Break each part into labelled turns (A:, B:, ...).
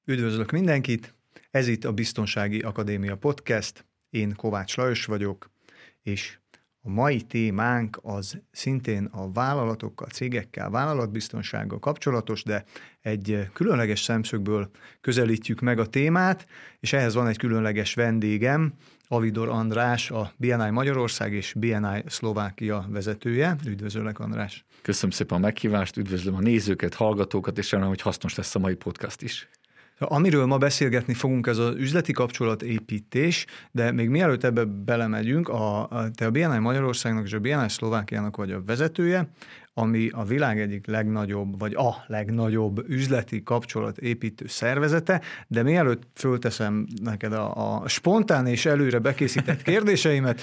A: Üdvözlök mindenkit! Ez itt a Biztonsági Akadémia Podcast. Én Kovács Lajos vagyok, és a mai témánk az szintén a vállalatokkal, cégekkel, vállalatbiztonsággal kapcsolatos, de egy különleges szemszögből közelítjük meg a témát, és ehhez van egy különleges vendégem, Avidor András, a BNI Magyarország és BNI Szlovákia vezetője. Üdvözöllek, András!
B: Köszönöm szépen a meghívást, üdvözlöm a nézőket, hallgatókat, és remélem, hogy hasznos lesz a mai podcast is.
A: Amiről ma beszélgetni fogunk, ez az üzleti kapcsolatépítés, de még mielőtt ebbe belemegyünk, te a BNI Magyarországnak és a BNI Szlovákiának vagy a vezetője, ami a világ egyik legnagyobb, vagy a legnagyobb üzleti kapcsolatépítő szervezete, de mielőtt fölteszem neked a spontán és előre bekészített kérdéseimet,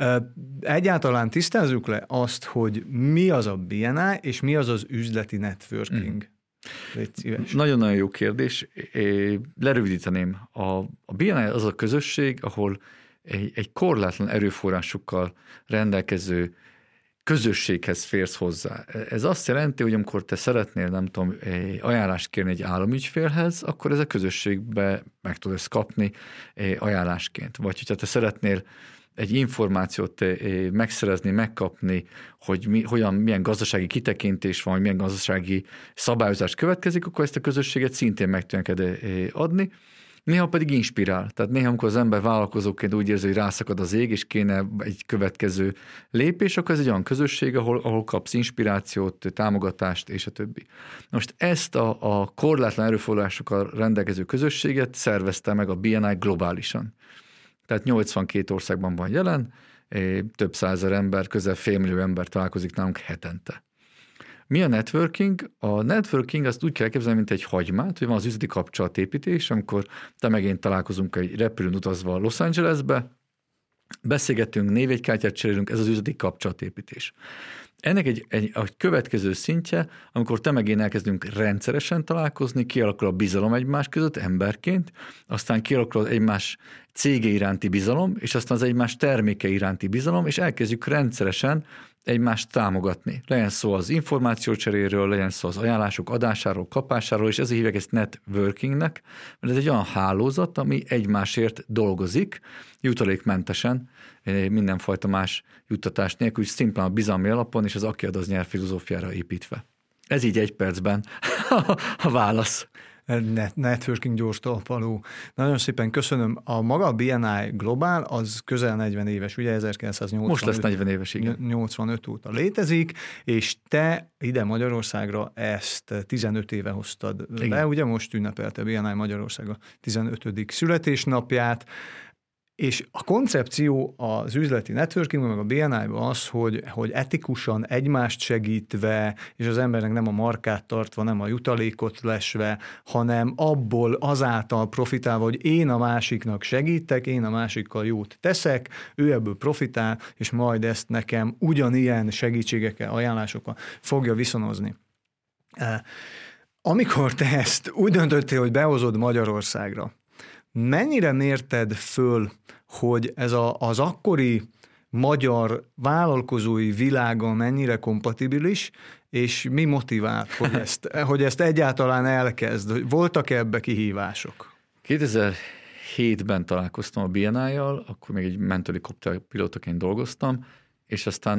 A: egyáltalán tisztázzuk le azt, hogy mi az a BNI, és mi az az üzleti networking.
B: Nagyon-nagyon jó kérdés. Lerövidíteném. A BNI az a közösség, ahol egy korlátlan erőforrásokkal rendelkező közösséghez férsz hozzá. Ez azt jelenti, hogy amikor te szeretnél, nem tudom, ajánlást kérni egy államügyfélhez, akkor ez a közösségbe meg tudod ezt kapni ajánlásként. Vagy hogyha te szeretnél egy információt megszerezni, megkapni, hogy milyen gazdasági kitekintés van, milyen gazdasági szabályozás következik, akkor ezt a közösséget szintén meg tudják adni. Néha pedig inspirál. Tehát néha, amikor az ember vállalkozóként úgy érzi, hogy rászakad az ég, és kéne egy következő lépés, akkor ez egy olyan közösség, ahol kapsz inspirációt, támogatást, és a többi. Most ezt a korlátlan erőforrásokkal rendelkező közösséget szervezte meg a BNI globálisan. Tehát 82 országban van jelen, több százezer ember, közel félmillió ember találkozik nálunk hetente. Mi a networking? A networking azt úgy kell elképzelni, mint egy hagymát, hogy van az üzleti kapcsolatépítés, amikor te meg én találkozunk egy repülőn utazva Los Angelesbe, beszélgetünk, névjegykártyát cserélünk, ez az üzleti kapcsolatépítés. Ennek egy következő szintje, amikor te meg én elkezdünk rendszeresen találkozni, kialakul a bizalom egymás között emberként, aztán kialakul egymás cége iránti bizalom, és aztán az egymás terméke iránti bizalom, és elkezdjük rendszeresen egymást támogatni. Legyen szó az információcseréről, legyen szó az ajánlások adásáról, kapásáról, és ezért hívják ezt networkingnek, mert ez egy olyan hálózat, ami egymásért dolgozik, jutalékmentesen, mindenfajta más juttatás nélkül, és szimplán a bizalmi alapon és az aki ad, az nyer filozófiára építve. Ez így egy percben a válasz.
A: Networking gyors talpaló. Nagyon szépen köszönöm. A maga BNI Global az közel 40 éves, ugye 1985.
B: Most lesz 40 éves, igen.
A: 85 óta létezik, és te ide Magyarországra ezt 15 éve hoztad le, ugye most ünnepelte BNI Magyarország a 15. születésnapját, és a koncepció az üzleti networking, meg a BNI-ban az, hogy etikusan egymást segítve, és az embernek nem a markát tartva, nem a jutalékot lesve, hanem abból azáltal profitálva, hogy én a másiknak segítek, én a másikkal jót teszek, ő ebből profitál, és majd ezt nekem ugyanilyen segítségekkel, ajánlásokkal fogja viszonozni. Amikor te ezt úgy döntöttél, hogy behozod Magyarországra, mennyire mérted föl, hogy ez az akkori magyar vállalkozói világon mennyire kompatibilis, és mi motivált, hogy ezt egyáltalán elkezd? Voltak-e ebbe kihívások?
B: 2007-ben találkoztam a BNI-jal, akkor még egy mentőhelikopter pilótaként dolgoztam, és aztán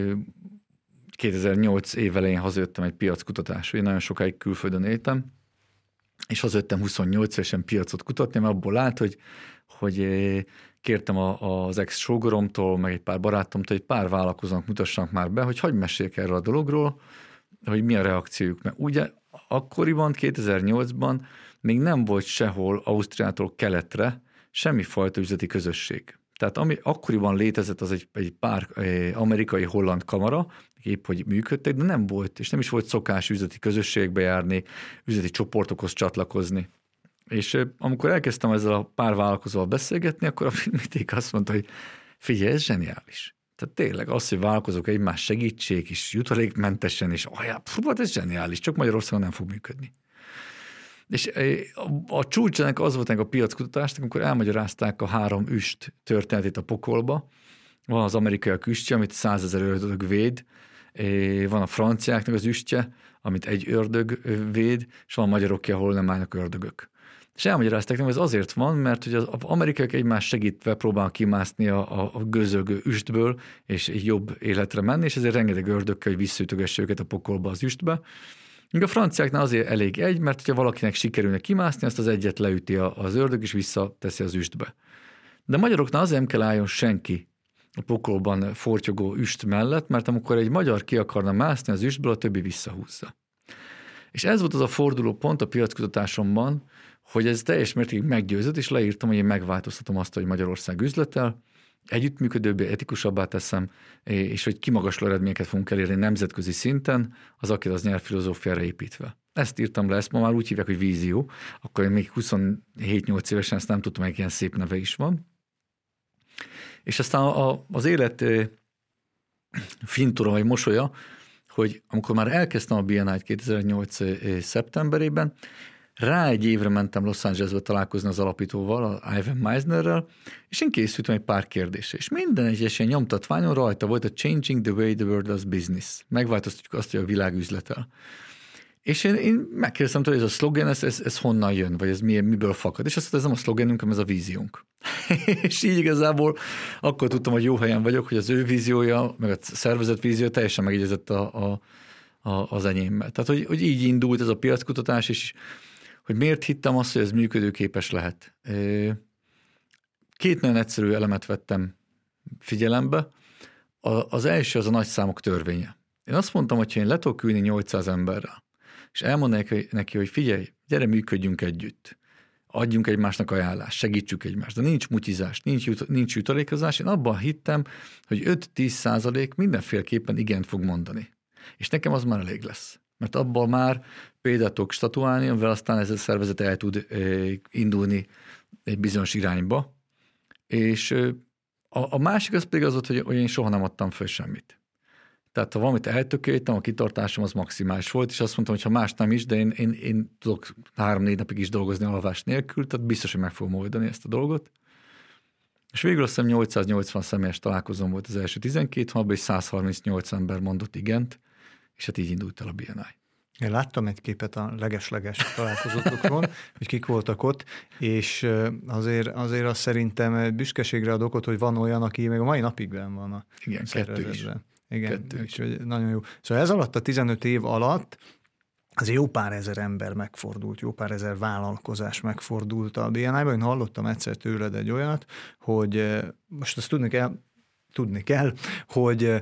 B: 2008 év elején hazajöttem egy piackutatásra. Én nagyon sokáig külföldön éltem, és hazajöttem 28 évesen piacot kutatni, mert abból lát, hogy kértem az ex-sógoromtól, meg egy pár barátomtól, egy pár vállalkozónak mutassanak már be, hogy hagyj meséljek erről a dologról, hogy mi a reakciójuk. Mert ugye akkoriban, 2008-ban még nem volt sehol Ausztriától keletre semmifajta üzleti közösség. Tehát ami akkoriban létezett, az egy pár amerikai holland kamara, épp hogy működtek, de nem volt, és nem is volt szokás üzleti közösségbe járni, üzleti csoportokhoz csatlakozni. És amikor elkezdtem ezzel a pár vállalkozóval beszélgetni, akkor mindig azt mondta, hogy figyelj, ez zseniális. Tehát tényleg az, hogy vállalkozók egymás segítség, és jutalékmentesen, és ez zseniális, csak Magyarországon nem fog működni. És a csúcsának az volt a piackutatásnak, amikor elmagyarázták a 3 üst történetét a pokolba. Van az amerikaiak üstje, amit 100 000 ördög véd, van a franciáknak az üstje, amit egy ördög véd, és van a magyaroké, ahol nem állnak ördögök. És elmagyarázták nekem, hogy ez azért van, mert hogy az amerikaiak egymást segítve próbálnak kimászni a gőzölgő üstből, és egy jobb életre menni, és ezért rengeteg ördög kell, hogy visszaütögesse őket a pokolba az üstbe. Míg a franciáknál azért elég egy, mert hogyha valakinek sikerülne kimászni, azt az egyet leüti az ördög, és visszateszi az üstbe. De a magyaroknál azért nem kell álljon senki a pokolban fortyogó üst mellett, mert amikor egy magyar ki akarna mászni az üstből, a többi visszahúzza. És ez volt az a forduló pont a piackutatásomban, hogy ez teljes mértékig meggyőzött, és leírtam, hogy én megváltoztatom azt, hogy Magyarország üzletel, együttműködőbbé, etikusabbá teszem, és hogy kimagasló eredményeket fogunk elérni nemzetközi szinten, az aki az nyer filozófiára építve. Ezt írtam le, ezt ma már úgy hívják, hogy vízió, akkor én még 27-8 évesen ezt nem tudtam, hogy ilyen szép neve is van. És aztán az élet fintura vagy mosolya, hogy amikor már elkezdtem a BNI-t 2008. Szeptemberében, rá egy évre mentem Los Angelesbe találkozni az alapítóval, Ivan Meisnerrel, és én készültem egy pár kérdésre, és minden egyes ilyen nyomtatványon rajta volt a Changing the way the world does business. Megváltoztatjuk azt, hogy a világ üzletel. És én megkérdeztem tőle, hogy ez a szlogen, ez honnan jön, vagy ez miből fakad. És azt mondta, ez nem a szlogenünk, hanem ez a víziónk. És így igazából akkor tudtam, hogy jó helyen vagyok, hogy az ő víziója, meg a szervezet víziója teljesen megegyezett az enyémmel. Tehát, hogy így indult ez a piackutatás, és hogy miért hittem azt, hogy ez működőképes lehet. Két nagyon egyszerű elemet vettem figyelembe. Az első az a nagy számok törvénye. Én azt mondtam, hogy én le tudok ülni 800 emberrel, és elmondanék neki, hogy figyelj, gyere, működjünk együtt. Adjunk egymásnak ajánlást, segítsük egymást. De nincs mutyizás, nincs jutalékozás. Én abban hittem, hogy 5-10% mindenféleképpen igent fog mondani. És nekem az már elég lesz. Mert abban már példát tudok statuálni, amivel aztán ez a szervezet el tud indulni egy bizonyos irányba. És a másik az pedig az volt, hogy én soha nem adtam föl semmit. Tehát ha valamit eltökéltem, a kitartásom az maximális volt, és azt mondtam, hogy ha más nem is, de én tudok 3-4 napig is dolgozni alvás nélkül, tehát biztos, hogy meg fogom oldani ezt a dolgot. És végül azt hiszem 880 személyes találkozom volt az első 12 hónapban, és 138 ember mondott igent, és hát így indult el a BNI.
A: Én láttam egy képet a leges-leges találkozókról, hogy kik voltak ott, és azért azt szerintem büszkeségre ad okot, hogy van olyan, aki még a mai napig benn van a szervezetben. Igen, úgyhogy nagyon jó. Szóval ez alatt a 15 év alatt azért jó pár ezer ember megfordult, jó pár ezer vállalkozás megfordult a BNI-ban. Én hallottam egyszer tőled egy olyat, hogy most azt tudni kell, hogy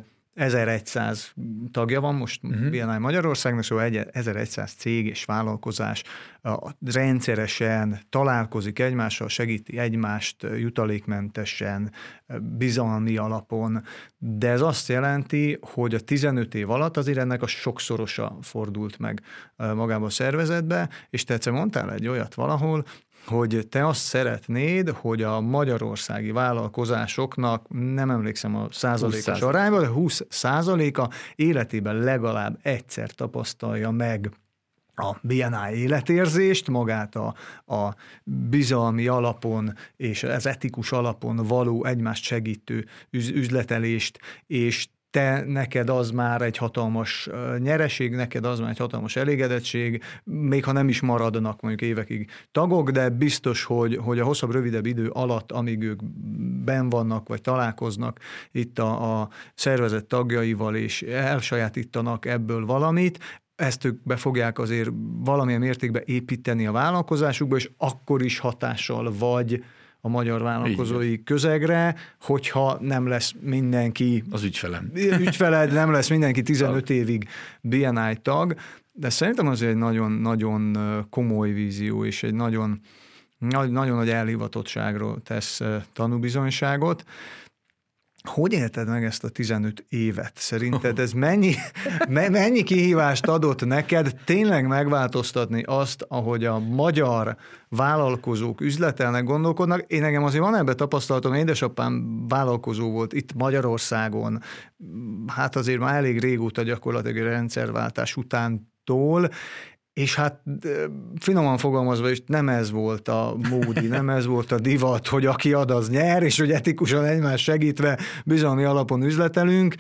A: 1100 tagja van most BNI Magyarországnak, szóval 1100 cég és vállalkozás rendszeresen találkozik egymással, segíti egymást jutalékmentesen, bizalmi alapon, de ez azt jelenti, hogy a 15 év alatt azért ennek a sokszorosa fordult meg magába a szervezetbe, és te egyszer mondtál egy olyat valahol, hogy te azt szeretnéd, hogy a magyarországi vállalkozásoknak, nem emlékszem a százalékos arányban, de 20%-a életében legalább egyszer tapasztalja meg a BNI életérzést, magát a bizalmi alapon és az etikus alapon való egymást segítő üzletelést, és neked az már egy hatalmas nyereség, neked az már egy hatalmas elégedettség, még ha nem is maradnak mondjuk évekig tagok, de biztos, hogy a hosszabb, rövidebb idő alatt, amíg ők benn vannak, vagy találkoznak itt a szervezet tagjaival, és elsajátítanak ebből valamit, ezt ők be fogják azért valamilyen mértékben építeni a vállalkozásukba, és akkor is hatással vagy a magyar vállalkozói közegre, hogyha nem lesz mindenki...
B: Az
A: ügyfeled, nem lesz mindenki 15 évig BNI tag, de szerintem azért egy nagyon komoly vízió, és egy nagyon nagy elhivatottságról tesz tanúbizonyságot. Hogy élted meg ezt a 15 évet? Szerinted ez mennyi kihívást adott neked tényleg megváltoztatni azt, ahogy a magyar vállalkozók üzletelnek, gondolkodnak? Én nekem azért van ebben tapasztalatom, édesapám vállalkozó volt itt Magyarországon, hát azért már elég régóta gyakorlatilag a rendszerváltás utántól, és hát finoman fogalmazva is nem ez volt a módi, nem ez volt a divat, hogy aki ad, az nyer, és hogy etikusan egymást segítve bizalmi alapon üzletelünk.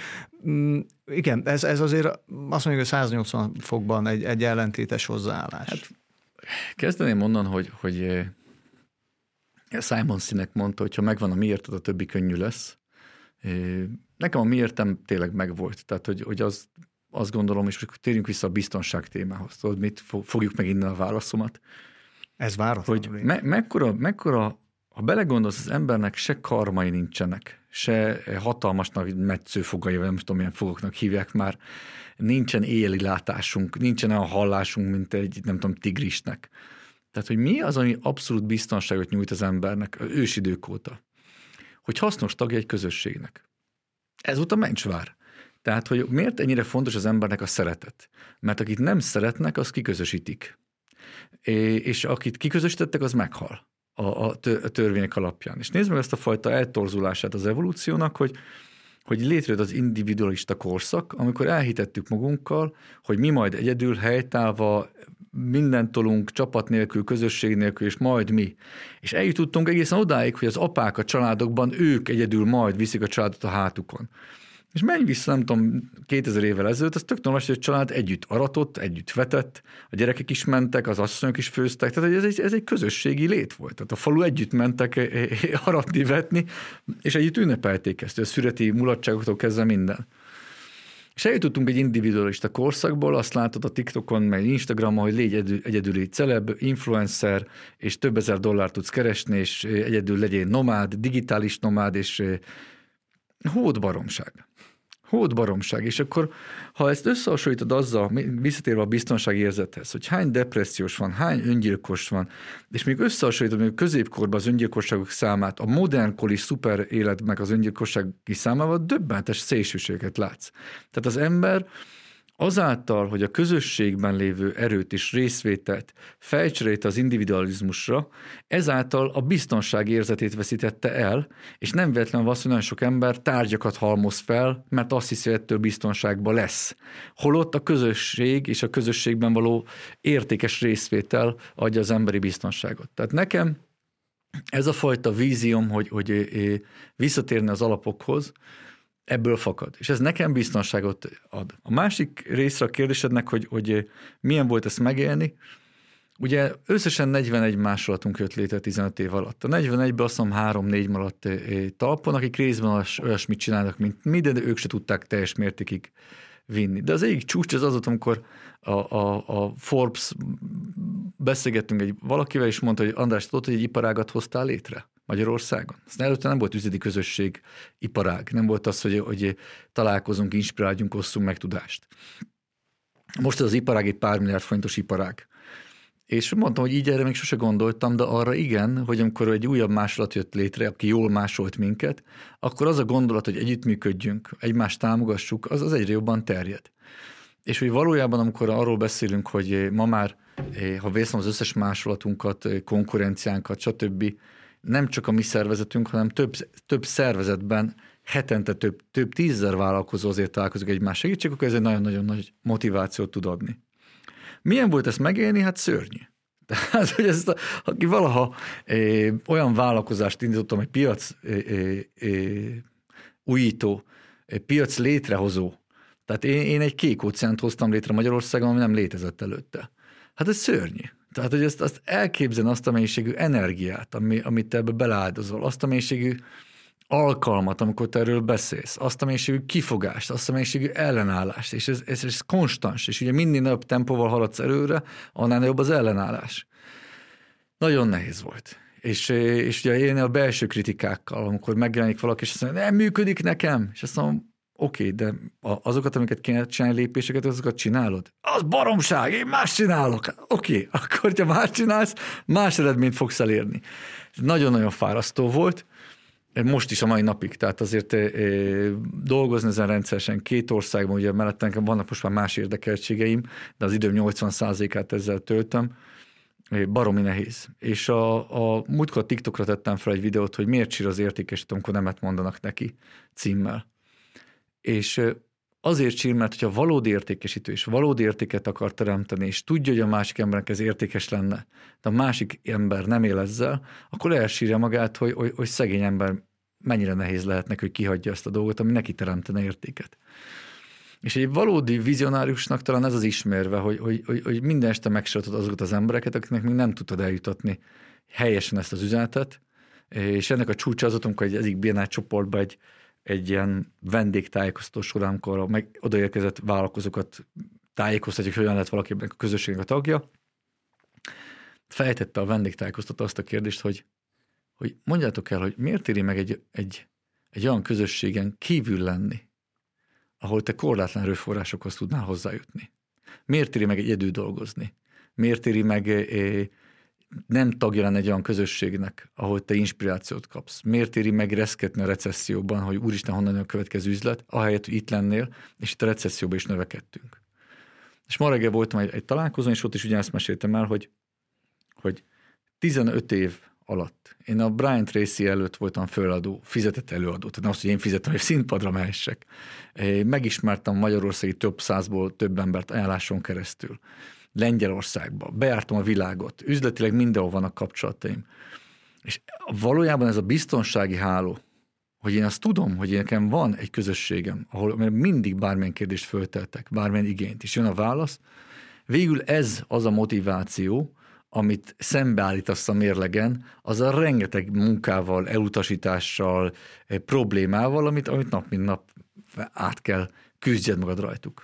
A: Igen, ez azért azt mondjuk, hogy 180 fokban egy ellentétes hozzáállás.
B: Kezdeném onnan, hogy Simon Sinek mondta, hogy ha megvan a miérted, a többi könnyű lesz. Nekem a miértem tényleg megvolt. Tehát, hogy azt gondolom, és térjünk vissza a biztonság témához. Tudod, mit fogjuk meg innen a válaszomat.
A: Ez váratlan.
B: Hogy mekkora, ha belegondolsz, az embernek se karmai nincsenek, se hatalmasnak metszőfogai, vagy nem tudom, milyen fogoknak hívják már, nincsen éli látásunk, nincsen olyan hallásunk, mint egy, nem tudom, tigrisnek. Tehát, hogy mi az, ami abszolút biztonságot nyújt az embernek ősidők óta? Hogy hasznos tagja egy közösségnek. Ez volt a mencsvár. Tehát, hogy miért ennyire fontos az embernek a szeretet? Mert akit nem szeretnek, az kiközösítik. És akit kiközösítettek, az meghal a törvények alapján. És nézd meg ezt a fajta eltorzulását az evolúciónak, hogy létrejött az individualista korszak, amikor elhitettük magunkkal, hogy mi majd egyedül, helytállva, mindent tolunk, csapat nélkül, közösség nélkül, és majd mi. És eljutottunk egészen odáig, hogy az apák a családokban, ők egyedül majd viszik a családot a hátukon. És menj vissza, nem tudom, 2000 évvel ezelőtt, az tök normális, hogy a család együtt aratott, együtt vetett, a gyerekek is mentek, az asszonyok is főztek, tehát ez egy közösségi lét volt. Tehát a falu együtt mentek aratni, vetni, és együtt ünnepelték ezt, a szüreti mulatságoktól kezdve minden. És eljutottunk egy individualista korszakból, azt látod a TikTokon, meg Instagramon, hogy légy egyedüli celeb, influencer, és több ezer dollárt tudsz keresni, és egyedül legyél nomád, digitális nomád, és hódbaromság. És akkor, ha ezt összehasonlítod azzal, visszatérve a biztonságérzethez, hogy hány depressziós van, hány öngyilkos van, és még összehasonlítod még középkorban az öngyilkosságok számát, a modernkori szuper életnek az öngyilkossági számával döbbenetes szélsőségeket látsz. Tehát az ember azáltal, hogy a közösségben lévő erőt és részvételt felcserélte az individualizmusra, ezáltal a biztonság érzetét veszítette el, és nem véletlenül van az, hogy nagyon sok ember tárgyakat halmoz fel, mert azt hiszi, hogy ettől biztonságban lesz. Holott a közösség és a közösségben való értékes részvétel adja az emberi biztonságot. Tehát nekem ez a fajta vízióm, hogy visszatérni az alapokhoz, ebből fakad. És ez nekem biztonságot ad. A másik részre a kérdésednek, hogy milyen volt ezt megélni, ugye összesen 41 másolatunk jött létre 15 év alatt. A 41-ben azt mondom 3-4 maradt talpon, akik részben olyasmit csinálnak, mint mi, de ők se tudták teljes mértékig vinni. De az egyik csúcs az ott, amikor a Forbes beszélgettünk egy valakivel, és mondta, hogy András, tudod, hogy egy iparágat hoztál létre Magyarországon? Aztán előtte nem volt üzleti közösség iparág, nem volt az, hogy találkozunk, inspiráljunk, osszunk meg tudást. Most ez az iparág egy pár milliárd forintos iparág. És mondtam, hogy így erre még sose gondoltam, de arra igen, hogy amikor egy újabb másolat jött létre, aki jól másolt minket, akkor az a gondolat, hogy együttműködjünk, egymást támogassuk, az egyre jobban terjed. És hogy valójában, amikor arról beszélünk, hogy ma már, ha veszem az összes másolatunkat, konkurenciánkat, stb., nem csak a mi szervezetünk, hanem több szervezetben hetente több 10 000 vállalkozó azért találkozik egymás segítség, akkor ez egy nagyon-nagyon nagy motivációt tud adni. Milyen volt ezt megélni? Hát szörnyű. Tehát, hogy aki valaha olyan vállalkozást indítottam, egy piac újító, piac létrehozó, tehát én egy kék óceánt hoztam létre Magyarországon, ami nem létezett előtte. Hát ez szörnyű. Tehát, hogy azt elképzelni azt a mennyiségű energiát, amit te ebbe beleáldozol, azt a mennyiségű alkalmat, amikor te erről beszélsz, azt a mennyiségű kifogást, azt a mennyiségű ellenállást, és ez konstans, és ugye minél nagyobb tempóval haladsz előre, annál nagyobb az ellenállás. Nagyon nehéz volt. És ugye élni a belső kritikákkal, amikor megjelenik valaki, és azt mondja, nem működik nekem, és azt mondom, oké, de azokat, amiket kéne csinálni lépéseket, azokat csinálod? Az baromság, én más csinálok. Oké, akkor ha más csinálsz, más eredményt fogsz elérni. Nagyon-nagyon fárasztó volt, most is a mai napig, tehát azért dolgozni ezen rendszeresen 2 országban, ugye mellettem vannak most már más érdekeltségeim, de az időm 80%-át ezzel töltöm, baromi nehéz. És a múltkor TikTokra tettem fel egy videót, hogy miért sír az értékesítő, amikor nemet mondanak neki címmel. És azért sír, mert hogyha valódi értékesítő és valódi értéket akar teremteni, és tudja, hogy a másik embernek ez értékes lenne, de a másik ember nem él ezzel, akkor elsírja magát, hogy szegény ember mennyire nehéz lehet neki, hogy kihagyja ezt a dolgot, ami neki teremtene értéket. És egy valódi vizionáriusnak talán ez az ismerve, hogy minden este megsoroltad azokat az embereket, akiknek még nem tudtad eljutatni helyesen ezt az üzenetet, és ennek a csúcsa az, amikor egy egyik Biennale csoportban egy ilyen vendégtájékoztató során, amikor odaérkezett vállalkozókat tájékoztatjuk, hogy hogyan lehet valakinek a közösségnek a tagja, fejtette a vendégtájékoztató azt a kérdést, hogy mondjátok el, hogy miért éri meg egy olyan közösségen kívül lenni, ahol te korlátlan erőforrásokhoz tudnál hozzájutni. Miért éri meg egyedül dolgozni? Miért éri meg nem tagja lenni egy olyan közösségnek, ahol te inspirációt kapsz? Miért éri meg reszketni a recesszióban, hogy úristen, honnan jön a következő üzlet, ahelyett, hogy itt lennél, és itt a recesszióban is növekedtünk. És ma reggel voltam egy találkozón, és ott is ugyanezt meséltem el, hogy 15 év alatt én a Brian Tracy előtt voltam föladó, fizetett előadó, tehát nem azt, hogy én fizettem, hogy színpadra mehessek. Megismertem magyarországi több százból több embert ajánláson keresztül. Lengyelországba, bejártam a világot, üzletileg mindenhol vannak kapcsolataim. És valójában ez a biztonsági háló, hogy én azt tudom, hogy nekem van egy közösségem, ahol mindig bármilyen kérdést fölteltek, bármilyen igényt, és jön a válasz, végül ez az a motiváció, amit szembeállítasz a mérlegen, az a rengeteg munkával, elutasítással, problémával, amit nap mint nap át kell küzdjed magad rajtuk.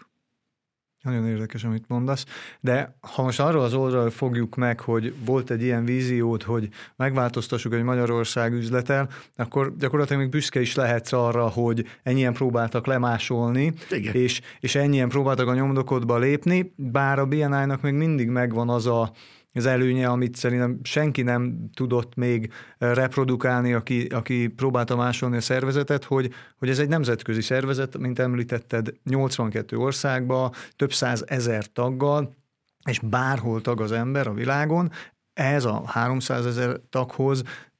A: Nagyon érdekes, amit mondasz, de ha most arról az oldalról fogjuk meg, hogy volt egy ilyen víziót, hogy megváltoztassuk, hogy Magyarország üzletel, akkor gyakorlatilag még büszke is lehetsz arra, hogy ennyien próbáltak lemásolni, és ennyien próbáltak a nyomdokodba lépni, bár a BNI-nak még mindig megvan az előnye, amit szerintem senki nem tudott még reprodukálni, aki próbálta másolni a szervezetet, hogy ez egy nemzetközi szervezet, mint említetted, 82 országban, több 100 000 taggal, és bárhol tag az ember a világon, ehhez a 300 000 taghoz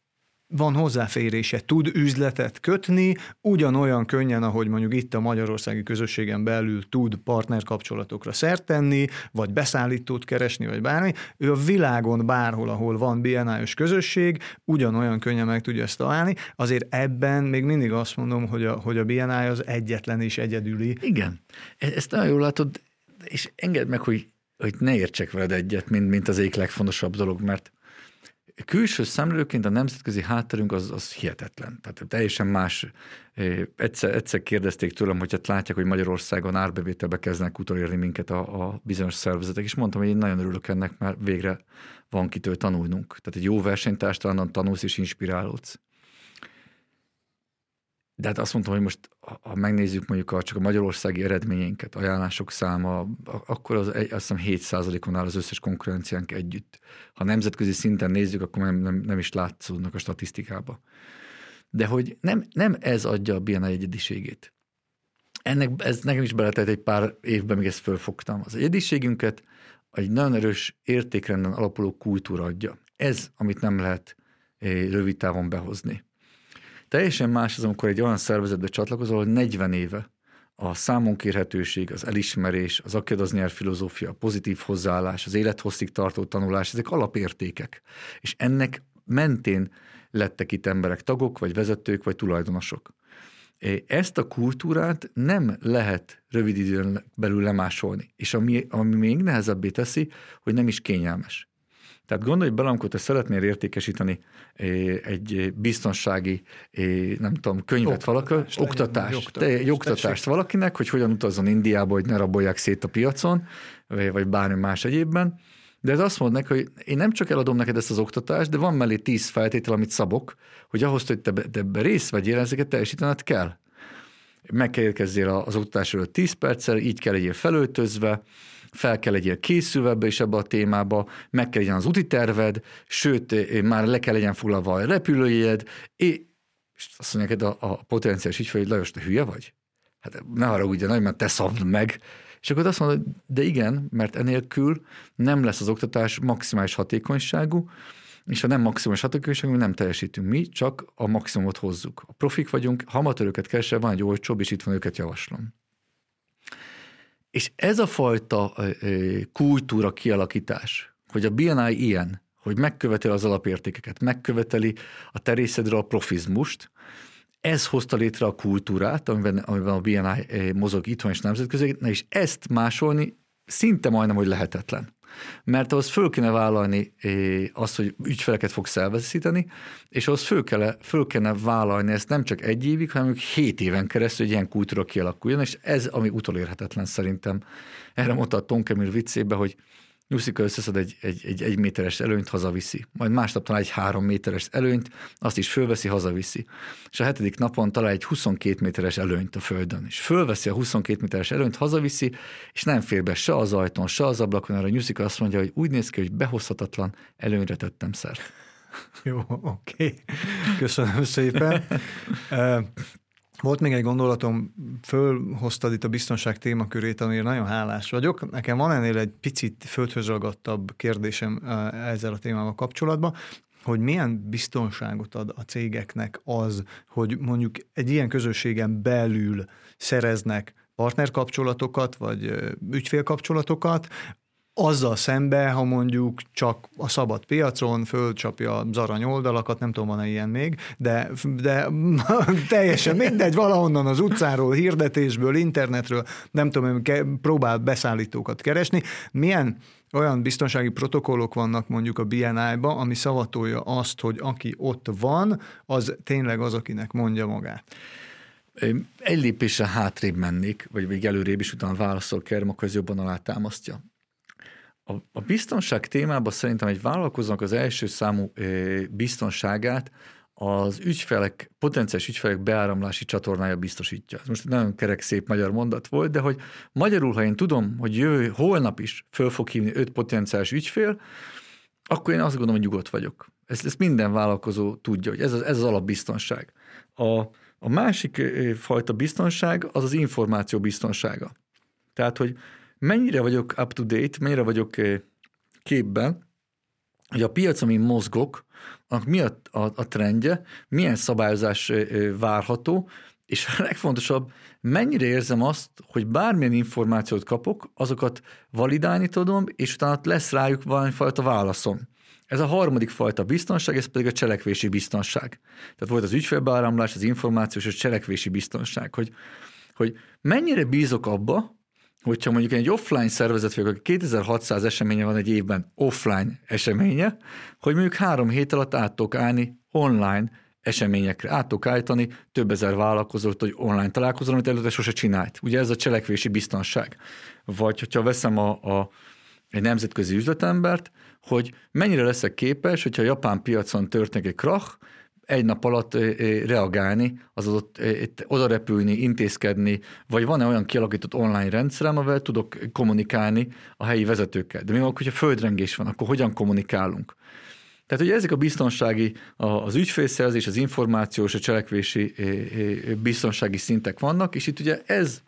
A: van hozzáférése, tud üzletet kötni, ugyanolyan könnyen, ahogy mondjuk itt a magyarországi közösségen belül tud partnerkapcsolatokra szert tenni, vagy beszállítót keresni, vagy bármi. Ő a világon bárhol, ahol van BNI-os közösség, ugyanolyan könnyen meg tudja ezt találni. Azért ebben még mindig azt mondom, hogy a BNI az egyetlen és egyedüli.
B: Igen, ezt nagyon jól látod, és engedd meg, hogy ne értsek veled egyet, mint az egyik legfontosabb dolog, mert külső szemlélőként a nemzetközi hátterünk az hihetetlen. Tehát teljesen más. Egyszer kérdezték tőlem, hogy hát látják, hogy Magyarországon árbevételbe kezdenek utolérni minket a bizonyos szervezetek, és mondtam, hogy én nagyon örülök ennek, mert végre van kitől tanulnunk. Tehát egy jó versenytárstalannan tanulsz és inspirálódsz. De hát azt mondtam, hogy most, ha megnézzük mondjuk csak a magyarországi eredményeinket, ajánlások száma, akkor azt hiszem 7%-on áll az összes konkurenciánk együtt. Ha nemzetközi szinten nézzük, akkor nem is látszódnak a statisztikába. De hogy nem ez adja a BNI egyediségét. Ez nekem is beletelt egy pár évben, még ezt fölfogtam. Az egyediségünket egy nagyon erős értékrenden alapuló kultúra adja. Ez, amit nem lehet rövid távon behozni. Teljesen más az, amikor egy olyan szervezetbe csatlakozol, hogy 40 éve a számonkérhetőség, az elismerés, az aki az nyer filozófia, a pozitív hozzáállás, az élethosszig tartó tanulás, ezek alapértékek. És ennek mentén lettek itt emberek, tagok, vagy vezetők, vagy tulajdonosok. Ezt a kultúrát nem lehet rövid időn belül lemásolni. És ami még nehezebbé teszi, hogy nem is kényelmes. Tehát gondolj bele, amikor te szeretnél értékesíteni egy biztonsági, nem tudom, könyvet valakinek, oktatást valakinek, hogy hogyan utazzon Indiába, hogy ne rabolják szét a piacon, vagy bármi más egyébben. De ez azt mondnak, hogy én nem csak eladom neked ezt az oktatást, de van mellé 10 feltétel, amit szabok, hogy ahhoz, hogy te ebben részt vegyél, ezeket teljesítened kell. Meg kell érkezzél az oktatás előtt 10 perccel, így kell legyél felöltözve, fel kell legyél készülve ebbe és ebbe a témába, meg kell legyen az úti terved, sőt, már le kell legyen foglalva a repülőjegyed, és azt mondják, a potenciális ügyfél, hogy Lajos, te hülye vagy? Hát ne haragudj, nagy, mert te szabd meg. És akkor azt mondod, de igen, mert enélkül nem lesz az oktatás maximális hatékonyságú, és ha nem maximális hatékonyságú, mi nem teljesítünk, mi csak a maximumot hozzuk. A profik vagyunk, ha amatőröket keresel, van egy olcsóbb, és itt van, őket javaslom. És ez a fajta kultúra kialakítás, hogy a BNI ilyen, hogy megköveteli az alapértékeket, megköveteli a terészedről a profizmust, ez hozta létre a kultúrát, amiben a BNI mozog itthon és nemzetközi, és ezt másolni szinte majdnem, hogy lehetetlen. Mert ahhoz föl kéne vállalni azt, hogy ügyfeleket fogsz elveszíteni, és ahhoz föl kéne vállalni ezt nem csak 1 évig, hanem 7 éven keresztül, hogy ilyen kultúra kialakuljon, és ez, ami utolérhetetlen szerintem. Erre mondta a Tonkemir viccébe, hogy Nyuszika összeszed egy 1 méteres előnyt, hazaviszi. Majd másnap talál egy 3 méteres előnyt, azt is fölveszi, hazaviszi. És a 7. napon talál egy 22 méteres előnyt a földön. És fölveszi a 22 méteres előnyt, hazaviszi, és nem fér be se az ajtón, se az ablakon. Arra Nyuszika azt mondja, hogy úgy néz ki, hogy behozhatatlan előnyre tettem szert.
A: Jó, oké. Köszönöm szépen. Volt még egy gondolatom, fölhoztad itt a biztonság témakörét, amire nagyon hálás vagyok. Nekem van ennél egy picit földhöz ragadtabb kérdésem ezzel a témával kapcsolatban, hogy milyen biztonságot ad a cégeknek az, hogy mondjuk egy ilyen közösségen belül szereznek partnerkapcsolatokat, vagy ügyfélkapcsolatokat, azzal szembe, ha mondjuk csak a szabad piacon fölcsapja az arany oldalakat, nem tudom, van-e ilyen még, de teljesen mindegy, valahonnan az utcáról, hirdetésből, internetről, nem tudom, próbál beszállítókat keresni. Milyen olyan biztonsági protokollok vannak mondjuk a BNI-ba, ami szavatolja azt, hogy aki ott van, az tényleg az, akinek mondja magát?
B: Egy lépésre hátrébb mennék, vagy még előrébb is, utána válaszol kérem, akkor ez jobban alátámasztja. A biztonság témában szerintem egy vállalkozónak az első számú biztonságát az ügyfelek, potenciális ügyfelek beáramlási csatornája biztosítja. Ez most nagyon kerek, szép magyar mondat volt, de hogy magyarul, ha én tudom, hogy holnap is föl fog hívni 5 potenciális ügyfél, akkor én azt gondolom, hogy nyugodt vagyok. Ezt minden vállalkozó tudja, hogy ez az alapbiztonság. A másik fajta biztonság az információ biztonsága. Tehát, hogy mennyire vagyok up-to-date, mennyire vagyok képben, hogy a piac, amin mozgok, annak mi a trendje, milyen szabályozás várható, és a legfontosabb, mennyire érzem azt, hogy bármilyen információt kapok, azokat validálni tudom, és utána lesz rájuk valamifajta válaszom. Ez a harmadik fajta biztonság, ez pedig a cselekvési biztonság. Tehát volt az ügyfélbeáramlás, az információs és a cselekvési biztonság, hogy mennyire bízok abba, hogyha mondjuk egy offline szervezet vagyok, aki 2600 eseménye van egy évben, offline eseménye, hogy mondjuk 3 hét alatt át tudok állni online eseményekre. Át tudok állítani több ezer vállalkozót, hogy online találkozom, amit előtte sose csinált. Ugye ez a cselekvési biztonság. Vagy hogyha veszem egy nemzetközi üzletembert, hogy mennyire leszek képes, hogyha a japán piacon történik egy krach, 1 nap alatt reagálni, azaz oda repülni, intézkedni, vagy van-e olyan kialakított online rendszerem, amivel tudok kommunikálni a helyi vezetőkkel. De mi van, hogyha földrengés van, akkor hogyan kommunikálunk? Tehát, hogy ezek a biztonsági, az ügyfélszerzés, az információs, a cselekvési biztonsági szintek vannak, és itt ugye ez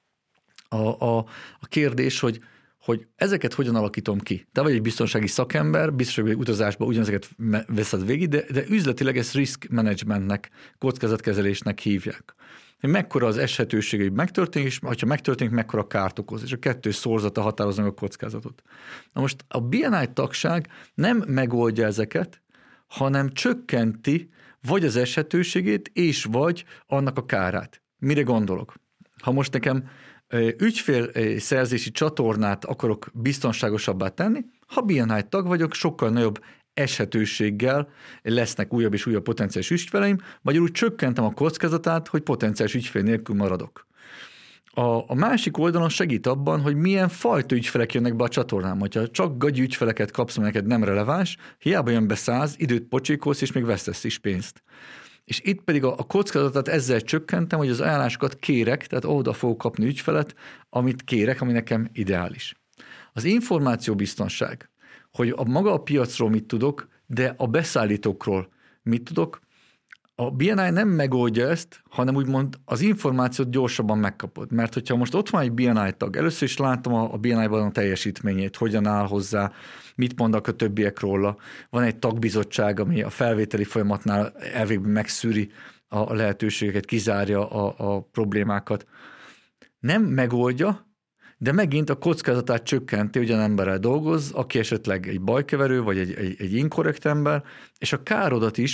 B: a kérdés, hogy ezeket hogyan alakítom ki. Te vagy egy biztonsági szakember, biztos, hogy utazásban ugyanezeket veszed végig, de üzletileg ezt risk managementnek, kockázatkezelésnek hívják. Hogy mekkora az eshetőség, hogy megtörténik, és ha megtörténik, mekkora kárt okoz, és a 2 szorzata határozza meg a kockázatot. Na most a BNI tagság nem megoldja ezeket, hanem csökkenti vagy az eshetőségét, és vagy annak a kárát. Mire gondolok? Ha most nekem ügyfélszerzési csatornát akarok biztonságosabbá tenni, ha BNI tag vagyok, sokkal nagyobb eshetőséggel lesznek újabb és újabb potenciális ügyfeleim, magyarul csökkentem a kockázatát, hogy potenciális ügyfél nélkül maradok. A másik oldalon segít abban, hogy milyen fajta ügyfelek jönnek be a csatornám. Ha csak gagyi ügyfeleket kapsz, mert neked nem releváns, hiába jön be 100, időt pocsékolsz, és még vesztesz is pénzt. És itt pedig a kockázatát ezzel csökkentem, hogy az ajánlásokat kérek, tehát oda fogok kapni ügyfelet, amit kérek, ami nekem ideális. Az információbiztonság, hogy maga a piacról mit tudok, de a beszállítókról mit tudok, a BNI nem megoldja ezt, hanem úgymond az információt gyorsabban megkapod. Mert hogyha most ott van egy BNI tag, először is látom a BNI-ban a teljesítményét, hogyan áll hozzá, mit mondanak a többiek róla. Van egy tagbizottság, ami a felvételi folyamatnál elvégben megszűri a lehetőségeket, kizárja a problémákat. Nem megoldja, de megint a kockázatát csökkenti, hogy olyan emberrel dolgoz, aki esetleg egy bajkeverő, vagy egy inkorrekt ember, és a károdat is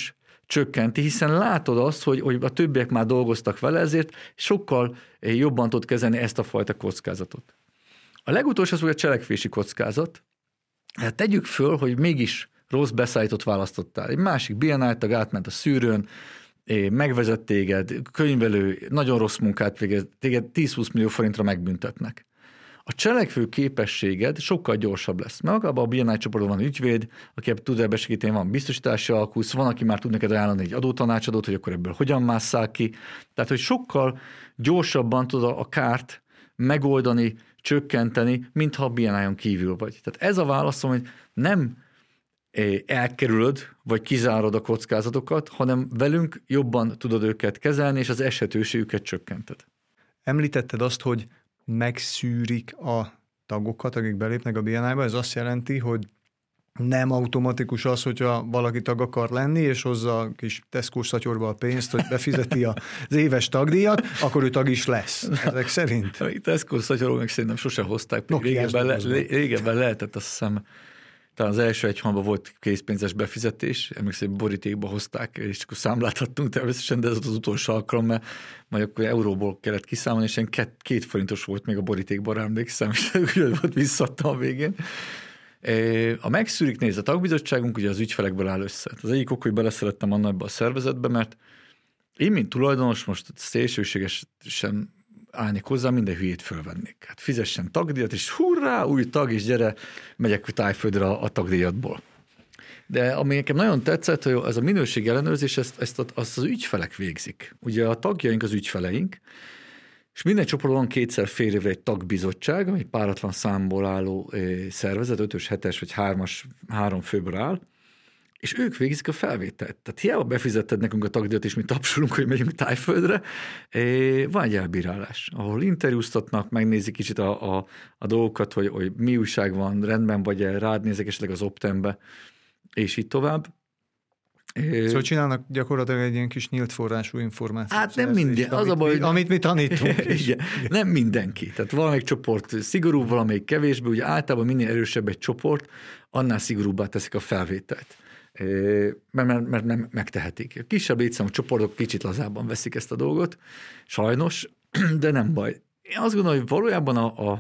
B: csökkenti, hiszen látod azt, hogy a többiek már dolgoztak vele, ezért sokkal jobban tud kezelni ezt a fajta kockázatot. A legutolsó az, hogy a cselekvési kockázat. Hát tegyük föl, hogy mégis rossz beszállított választottál. Egy másik BNI tag átment a szűrőn, megvezet téged, könyvelő, nagyon rossz munkát végez, téged 10-20 millió forintra megbüntetnek. A cselekvő képességed sokkal gyorsabb lesz. Mert abban a BNI csoportban van ügyvéd, aki tud ebbe segíteni, van biztosítási alkusz, van, aki már tud neked ajánlani egy adótanácsadót, hogy akkor ebből hogyan másszál ki. Tehát, hogy sokkal gyorsabban tud a kárt megoldani, csökkenteni, mintha a BNI-on kívül vagy. Tehát ez a válaszom, hogy nem elkerülöd, vagy kizárod a kockázatokat, hanem velünk jobban tudod őket kezelni, és az eshetőségüket csökkented.
A: Említetted azt, hogy megszűrik a tagokat, akik belépnek a BNI-ba. Ez azt jelenti, hogy nem automatikus az, hogyha valaki tag akar lenni, és hozza a kis Tesco szatyorba a pénzt, hogy befizeti az éves tagdíjat, akkor ő tag is lesz. Ezek szerint.
B: A Tesco szatyorok meg szerintem sosem hozták. Régebben lehetett, azt hiszem, talán az első egy hónapban volt készpénzes befizetés, emlékszem, hogy borítékba hozták, és akkor számláthattunk természetesen, de ez az utolsó alkalom, mert majd akkor euróból kellett kiszámolni, és 2 forintos volt még a borítékban, emlékszem, és úgy volt, visszadtam a végén. A megszűrik, nézd, a tagbizottságunk ugye az ügyfelekből áll össze. Az egyik ok, hogy beleszerettem annak ebbe a szervezetbe, mert én, mint tulajdonos, most szélsőségesen állnék hozzá, minden hülyét fölvennék. Hát fizessen tagdíjat, és hurrá, új tag, és gyere, megyek Tájföldre a tagdíjatból. De ami nekem nagyon tetszett, hogy ez a minőség ellenőrzés, ezt az ügyfelek végzik. Ugye a tagjaink az ügyfeleink, és minden csoportban 2-szer fél évre egy tagbizottság, ami páratlan számból álló szervezet, 5-ös, 7-es vagy 3-as, 3 főből áll, és ők végzik a felvételt. Tehát hiába befizetted nekünk a tagdíjat, és mi tapsolunk, hogy megyünk Tájföldre, van egy elbírálás, ahol interjúztatnak, megnézik kicsit a dolgokat, hogy mi újság van, rendben vagy rád nézek esetleg az Optembe, és így tovább.
A: Szóval csinálnak gyakorlatilag egy ilyen kis nyílt forrású információt.
B: Hát nem minden. Az a baj,
A: amit mi tanítunk.
B: Igen, nem mindenki. Tehát valamelyik csoport szigorú, valamelyik kevésbé. Ugye általában minél erősebb egy csoport, annál szigorúbbá teszik a felvételt. Mert nem megtehetik. A kisebb létszámú csoportok kicsit lazábban veszik ezt a dolgot, sajnos, de nem baj. Én azt gondolom, hogy valójában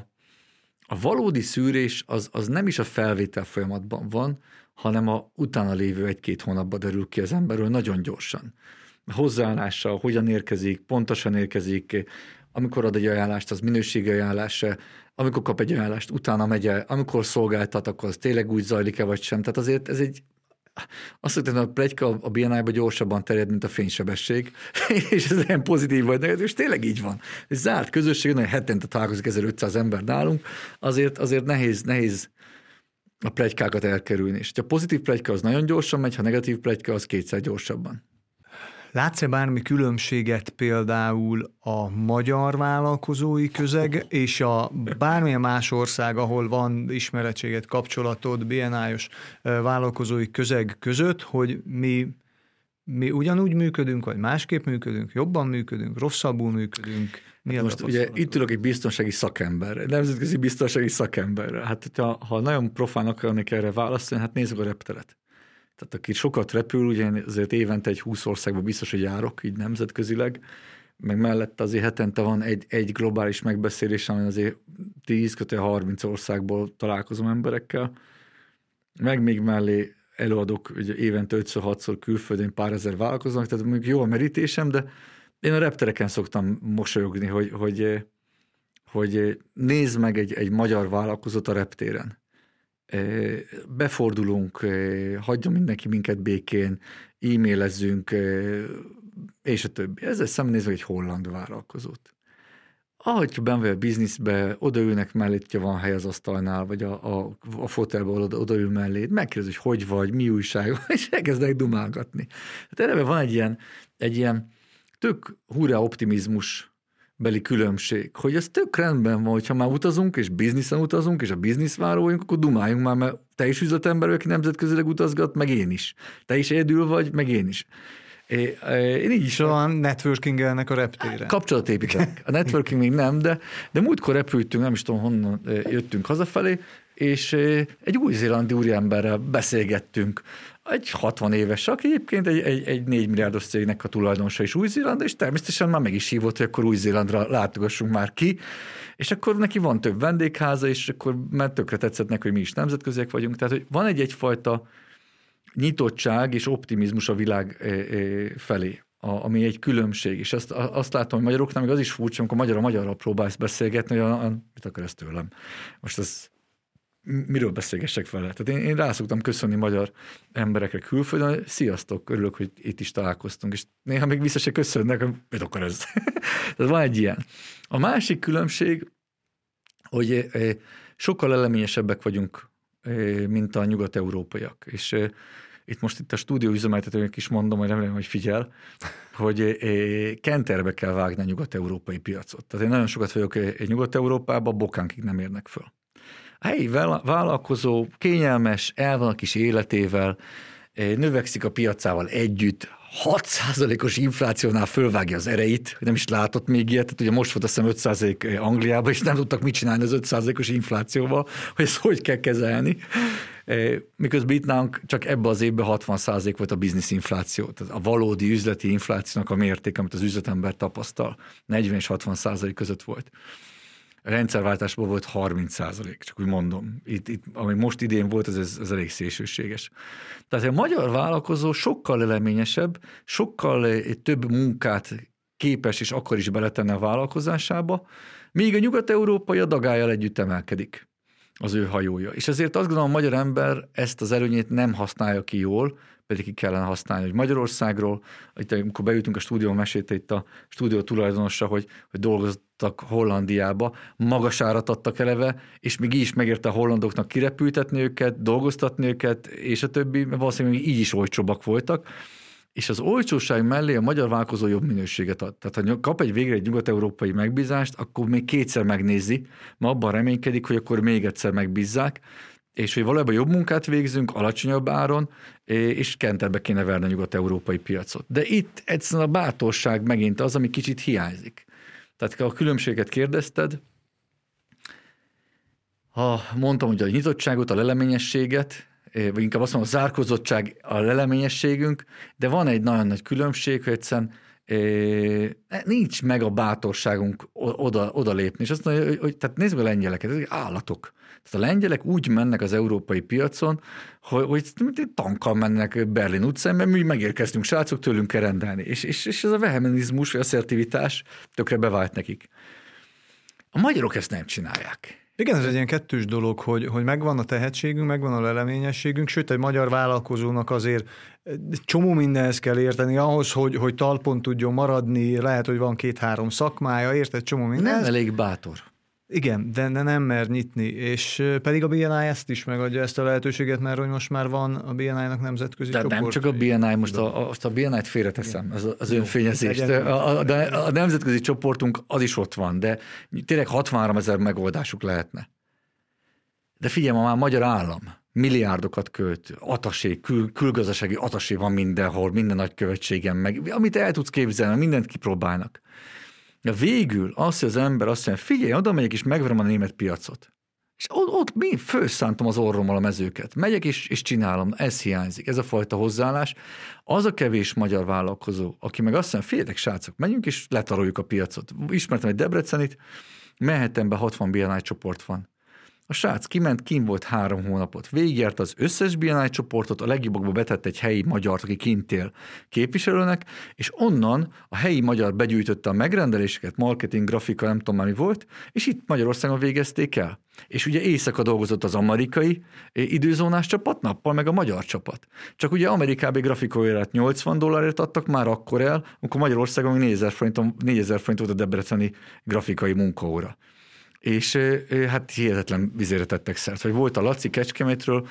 B: a valódi szűrés az nem is a felvétel folyamatban van, hanem a utána lévő 1-2 hónapban derül ki az emberről nagyon gyorsan. Hozzáállása, hogyan érkezik, pontosan érkezik, amikor ad egy ajánlást, az minőségi ajánlása, amikor kap egy ajánlást, utána megy el, amikor szolgáltat, akkor az tényleg úgy zajlik-e vagy sem. Tehát azért ez egy azt mondtam, hogy a pletyka a BNI-ba gyorsabban terjed, mint a fénysebesség, és ez ilyen pozitív vagy negatív, és tényleg így van. Ez zárt közösség, nagyon hetente találkozik 1500 ember nálunk, azért nehéz a pletykákat elkerülni. És ha pozitív pletyka, az nagyon gyorsan megy, ha negatív pletyka, az 2-szer gyorsabban.
A: Látsz-e bármi különbséget például a magyar vállalkozói közeg és a bármilyen más ország, ahol van ismeretséget, kapcsolatod, BNI-os vállalkozói közeg között, hogy mi ugyanúgy működünk, vagy másképp működünk, jobban működünk, rosszabbul működünk?
B: Most ugye itt ülök egy biztonsági szakember, nemzetközi biztonsági szakember. Hát ha nagyon profán akarnék erre válaszolni, hát nézzük a repteret. Tehát aki sokat repül, ugye azért évente egy 20 országban biztos, hogy járok, így nemzetközileg, meg mellette azért hetente van egy globális megbeszélés, amin azért 10-30 országból találkozom emberekkel, meg még mellé előadok, ugye évente 5-6-szor külföldön pár ezer vállalkozónak, tehát mondjuk jó a merítésem, de én a reptereken szoktam mosolyogni, hogy nézd meg egy magyar vállalkozót a reptéren. Befordulunk, hagyjon mindenki minket békén, e-mailezzünk, és a többi. Ezzel szemben nézve egy holland vállalkozót. Ahogy benn vagy a bizniszbe, odaülnek mellé, ha van hely az asztalnál, vagy a fotelben odaül mellé, megkérdez, hogy vagy, mi újság, és elkezdenek dumálgatni. Tehát eleve van egy ilyen tök hurrá optimizmus beli különbség, hogy ez tök rendben van, hogyha már utazunk, és bizniszen utazunk, és a bizniszváróink, akkor dumáljunk már, mert te is üzletember, aki nemzetközileg utazgat, meg én is. Te is egyedül vagy, meg én is. Én így is
A: van networkingelnek a reptéren.
B: Kapcsolatépítek. A networking még nem, de múltkor repültünk, nem is tudom honnan jöttünk hazafelé, és egy új-zélandi úriemberrel beszélgettünk. egy 60 éves, aki egyébként egy 4 milliárdos cégnek a tulajdonosa is Új-Zéland, és természetesen már meg is hívott, hogy akkor Új-Zélandra látogassunk már ki, és akkor neki van több vendégháza, és akkor már tökre tetszett neki, hogy mi is nemzetköziek vagyunk. Tehát, hogy van egyfajta nyitottság és optimizmus a világ felé, ami egy különbség. És azt látom, hogy magyaroknál még az is furcsa, amikor magyar a magyarral próbálsz beszélgetni, hogy mit akar ez tőlem? Most ez miről beszélgessek vele? Tehát én rá szoktam köszönni magyar emberekre külföldön, hogy sziasztok, örülök, hogy itt is találkoztunk, és néha még vissza se köszönnek, hogy mit akar ez? Tehát van egy ilyen. A másik különbség, hogy sokkal eleményesebbek vagyunk, mint a nyugat-európaiak, és itt a stúdió üzemeltetőnek is mondom, hogy remélem, hogy figyel, hogy kenterbe kell vágni a nyugat-európai piacot. Tehát én nagyon sokat vagyok Nyugat-Európában, bokánkig nem érnek föl. A helyi vállalkozó kényelmes, el van a kis életével, növekszik a piacával együtt, 6%-os inflációnál fölvágja az ereit, nem is látott még ilyet, tehát ugye most volt azt hiszem 5% Angliában, és nem tudtak mit csinálni az 5%-os inflációval, hogy ezt hogy kell kezelni. Miközben itt nálunk csak ebben az évben 60% volt a bizniszinfláció, tehát a valódi üzleti inflációnak a mérték, amit az üzletember tapasztal, 40 és 60% között volt. A rendszerváltásból volt 30%, csak úgy mondom. Itt, ami most idén volt, ez elég szélsőséges. Tehát a magyar vállalkozó sokkal eleményesebb, sokkal több munkát képes és akar is beletenni a vállalkozásába, míg a nyugat-európai a dagályjal együtt emelkedik az ő hajója. És ezért azt gondolom, a magyar ember ezt az előnyét nem használja ki jól, pedig ki kellene használni, hogy Magyarországról, itt, amikor beültünk a stúdióba, mesélte itt a stúdió tulajdonosa, hogy dolgoztak Hollandiába, magas árat adtak eleve, és még így is megérte a hollandoknak kirepültetni őket, dolgoztatni őket, és a többi, mert valószínűleg így is olcsóbbak voltak, és az olcsóság mellé a magyar vállalkozó jobb minőséget ad. Tehát ha kap végre egy nyugat-európai megbízást, akkor még kétszer megnézi, mert abban reménykedik, hogy akkor még egyszer megbízzák, és hogy valójában jobb munkát végzünk, alacsonyabb áron, és kenterbe kéne verni a nyugat-európai piacot. De itt egyszerűen a bátorság megint az, ami kicsit hiányzik. Tehát a különbséget kérdezted, ha mondtam, hogy a nyitottságot, a leleményességet, vagy inkább azt mondom, a zárkózottság a leleményességünk, de van egy nagyon nagy különbség, hogy egyszerűen nincs meg a bátorságunk oda lépni. És azt mondja, hogy tehát nézzük a lengyeleket, ezek állatok. Tehát a lengyelek úgy mennek az európai piacon, hogy tankkal mennek Berlin utcán, mert mi megérkeztünk, srácok, tőlünk kell rendelni. És ez a vehemenizmus, vagy asszertivitás tökre bevált nekik. A magyarok ezt nem csinálják.
A: Igen, ez egy ilyen kettős dolog, hogy megvan a tehetségünk, megvan a leleményességünk, sőt, egy magyar vállalkozónak azért csomó mindenhez kell érteni, ahhoz, hogy talpon tudjon maradni, lehet, hogy van 2-3 szakmája, érted, csomó mindenhez.
B: Nem elég bátor.
A: Igen, de nem mer nyitni, és pedig a BNI ezt is megadja, ezt a lehetőséget, mert hogy most már van a BNI-nak nemzetközi csoport.
B: Nem csak a BNI, most a BNI-t félreteszem, az önfényezést. A nemzetközi csoportunk az is ott van, de tényleg 63 000 megoldásuk lehetne. De figyelj, ma már magyar állam milliárdokat költ, atasé, külgazdasági atasé van mindenhol, minden nagykövetségen, meg amit el tudsz képzelni, mindent kipróbálnak. De végül az, hogy az ember azt mondja, figyelj, oda megyek és megverem a német piacot. És ott mi fölszántom az orrommal a mezőket. Megyek és csinálom. Ez hiányzik. Ez a fajta hozzáállás. Az a kevés magyar vállalkozó, aki meg azt mondja, figyeljetek, srácok, menjünk és letaroljuk a piacot. Ismertem egy Debrecenit, Manhattanben 60 BNI csoport van. A srác kiment, kint volt 3 hónapot. Végigjárt az összes BNI csoportot, a legjobbakba betett egy helyi magyart, aki kint él képviselőnek, és onnan a helyi magyar begyűjtötte a megrendeléseket, marketing, grafika, nem tudom már mi volt, és itt Magyarországon végezték el. És ugye éjszaka dolgozott az amerikai időzónás csapat, nappal meg a magyar csapat. Csak ugye Amerikában grafikóért $80 adtak már akkor el, amikor Magyarországon 4000 forint volt a debreceni grafikai munkaóra. És hát hihetetlen vizére tettek szert. Vagy volt a Laci Kecskemétről,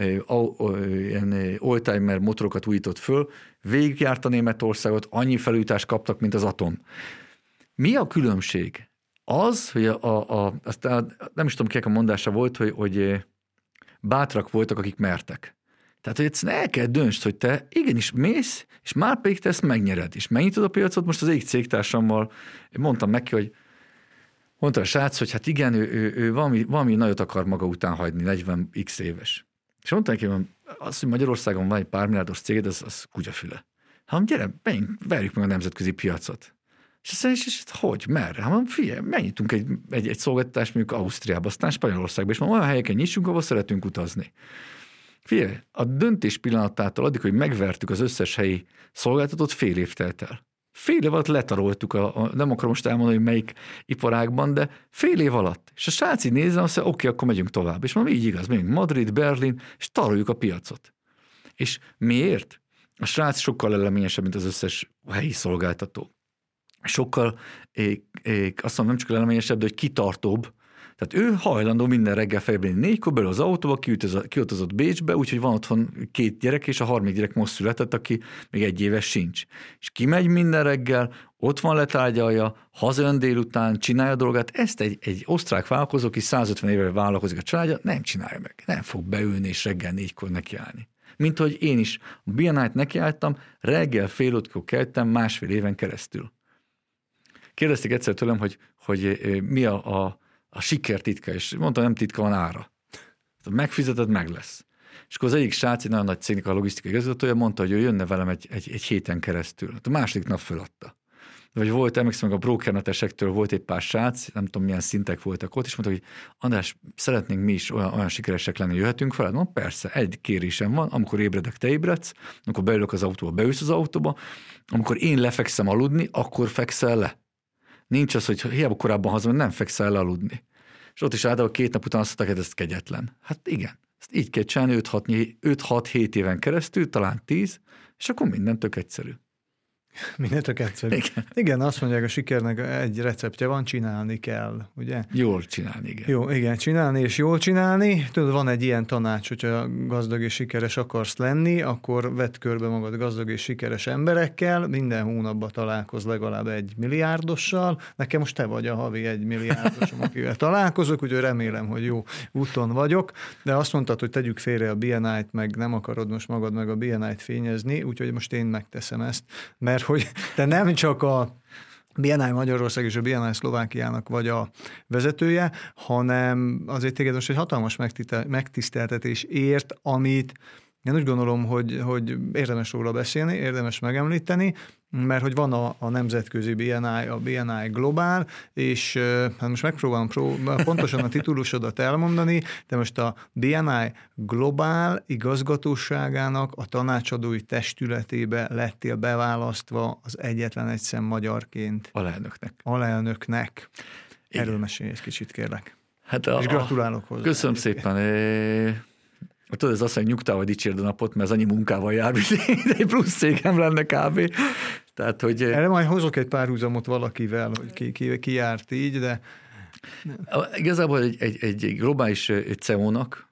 B: ilyen oldtimer motorokat újított föl, végigjárt a Németországot, annyi felújítást kaptak, mint az Atom. Mi a különbség? Az, hogy nem is tudom, kinek a mondása volt, hogy bátrak voltak, akik mertek. Tehát, hogy egyszerűen el kell döntsd, hogy te igenis mész, és már pedig te ezt megnyered. És megnyitod a piacot, most az egyik cégtársammal mondtam neki, hogy mondta a srác, hogy hát igen, ő valami nagyot akar maga után hagyni, 40x éves. És mondtam neki, az, hogy Magyarországon van egy pár milliárdos céged, az kutyafüle. Hát gyere, verjük meg a nemzetközi piacot. És azt mondja, és hogy, merre? Hát figyelj, megnyitunk egy szolgáltatást mondjuk Ausztriába, aztán Spanyolországba, és olyan helyeken nyissunk, ahol szeretünk utazni. Figyelj, a döntés pillanatától addig, hogy megvertük az összes helyi szolgáltatót, fél év telt el. Fél év alatt letaroltuk, nem akarom most elmondani, hogy melyik iparágban, de fél év alatt. És a srác így nézem, azt mondja, oké, akkor megyünk tovább. És mondom, így igaz, megyünk Madrid, Berlin, és taroljuk a piacot. És miért? A srác sokkal eleményesebb, mint az összes helyi szolgáltató. Sokkal, azt mondom, nem csak eleményesebb, de hogy kitartóbb. Tehát ő hajlandó minden reggel felébredni 4-kor belül az autóba, kiutazott Bécsbe, úgyhogy van otthon 2 gyerek, és a 3. gyerek most született, aki még 1 éves sincs. És kimegy minden reggel, ott van, letárgyalja, hazajön délután, csinálja a dolgát. Ezt egy osztrák vállalkozó, aki 150 éve vállalkozik a családja, nem csinálja meg. Nem fog beülni és reggel 4-kor nekiállni. Mint hogy én is a BNI-t nekiálltam, reggel fél 5-kor keltem 1,5 éven keresztül. Kérdezték egyszer tőlem, hogy mi a siker titka, és mondtam, nem titka, van ára. Megfizeted, meg lesz. És akkor az egyik srác, egy nagyon nagy cégnek a logisztikai igazgatója mondta, hogy ő jönne velem egy héten keresztül. A második nap föladta. Vagy volt, emlékszem, a brokernetesektől volt egy pár srác, nem tudom, milyen szintek voltak ott, és mondta, hogy András, szeretnénk mi is olyan sikeresek lenni, jöhetünk fel? No, persze, egy kérésem van, amikor ébredek, te ébredsz, amikor beülök az autóba, beülsz az autóba, amikor én lefekszem aludni, akkor fekszel le. Nincs az, hogy hiába korábban hazamenni, nem fekszel le aludni. És ott is általában 2 nap után azt mondták, hogy ez kegyetlen. Hát igen, ezt így kell csinálni 5-6-7 éven keresztül, talán 10, és akkor minden tök egyszerű.
A: Minden tök egyszerű. Igen, azt mondják, a sikernek egy receptje van, csinálni kell, ugye?
B: Jól csinálni, igen.
A: Jó, igen, csinálni és jól csinálni. Tudod, van egy ilyen tanács, hogyha gazdag és sikeres akarsz lenni, akkor vedd körbe magad gazdag és sikeres emberekkel, minden hónapban találkozz legalább 1 milliárdossal. Nekem most te vagy a havi 1 milliárdosom, akivel találkozok, úgyhogy remélem, hogy jó úton vagyok. De azt mondtad, hogy tegyük félre a BNI-t, meg nem akarod most magad meg a BNI-t fényezni, úgyhogy most én megteszem ezt, mert hogy te nem csak a BNI Magyarország és a BNI Szlovákiának vagy a vezetője, hanem azért téged most egy hatalmas megtiszteltetés ért, amit én úgy gondolom, hogy érdemes róla beszélni, érdemes megemlíteni, mert hogy van a nemzetközi BNI, a BNI Globál, és hát most megpróbálom pontosan a titulusodat elmondani, de most a BNI Globál igazgatóságának a tanácsadói testületébe lettél beválasztva az egyetlen egy szem magyarként. Alelnöknek. Erről mesélj egy kicsit, kérlek.
B: Hát
A: és gratulálok hozzá.
B: Köszönöm szépen. Tudod, ez azt, hogy nyugtával dicsérd a napot, mert az annyi munkával jár, mint egy plusz cégem lenne kb. Tehát, hogy...
A: Erre majd hozok egy párhuzamot valakivel, hogy ki járt így, de...
B: Igazából egy globális CEO-nak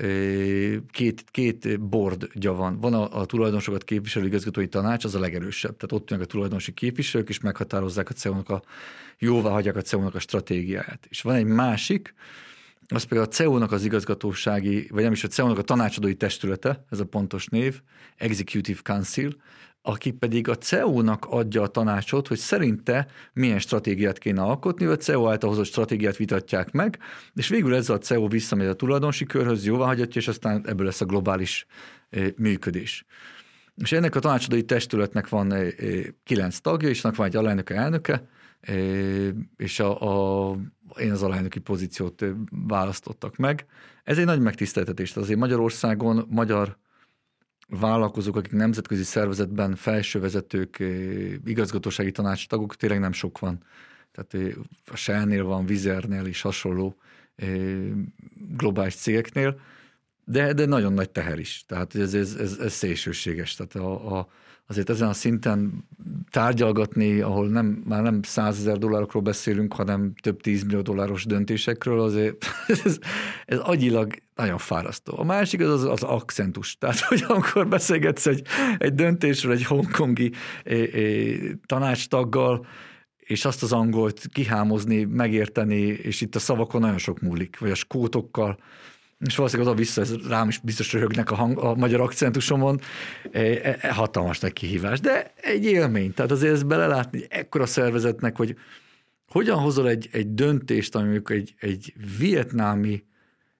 B: két boardja van. Van a tulajdonosokat képviselő igazgatói tanács, az a legerősebb. Tehát ott ülnek a tulajdonosi képviselők, és meghatározzák a CEO-nak jóváhagyják a CEO-nak a stratégiáját. És van egy másik, az pedig a CEO-nak az igazgatósági, vagy nem is a CEO-nak a tanácsadói testülete, ez a pontos név, Executive Council, aki pedig a CEO-nak adja a tanácsot, hogy szerinte milyen stratégiát kéne alkotni, vagy a CEO által hozott stratégiát vitatják meg, és végül ezzel a CEO visszamegy a tulajdonosi körhöz, jóváhagyatja, és aztán ebből lesz a globális működés. És ennek a tanácsadói testületnek van 9 tagja, és annak van egy alelnöke, elnöke, és én az alelnöki pozíciót választottak meg. Ez egy nagy megtiszteltetés. Azért Magyarországon magyar vállalkozók, akik nemzetközi szervezetben felsővezetők, igazgatósági tanácstagok, tényleg nem sok van. Tehát a Shell-nél van, Vizernél és hasonló globális cégeknél, de nagyon nagy teher is. Tehát ez szélsőséges. Tehát azért ezen a szinten tárgyalgatni, ahol már nem $100,000 beszélünk, hanem több 10 millió dolláros döntésekről, azért ez agyilag nagyon fárasztó. A másik az akcentus. Tehát, hogy amikor beszélgetsz egy döntésről egy hongkongi tanácstaggal, és azt az angolt kihámozni, megérteni, és itt a szavakon nagyon sok múlik, vagy a skótokkal, és valószínűleg oda-vissza, rám is biztos röhögnek a magyar akcentusomon, hatalmas nagy kihívás, de egy élmény, tehát azért ezt belelátni ekkora szervezetnek, hogy hogyan hozol egy döntést, ami egy vietnámi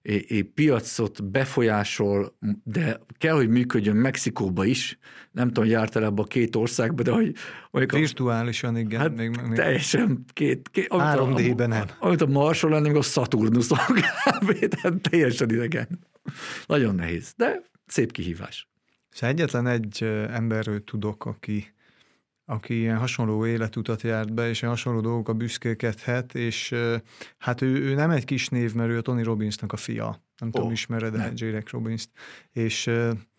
B: piacot befolyásol, de kell, hogy működjön Mexikóba is. Nem tudom, jártál ebbe a két országba, de hogy
A: virtuálisan, igen.
B: Hát még teljesen
A: 3D-ben nem.
B: Amit a Marson lenni, még a Saturnuson kb. Teljesen idegen. Nagyon nehéz, de szép kihívás.
A: Szóval egyetlen egy emberről tudok, aki ilyen hasonló életutat járt be, és ilyen hasonló dolgokat büszkélkedhet, és hát ő nem egy kis név, mert ő a Tony Robbinsnak a fia. Nem tudom, ismered-e J.Rex Robbins-t. És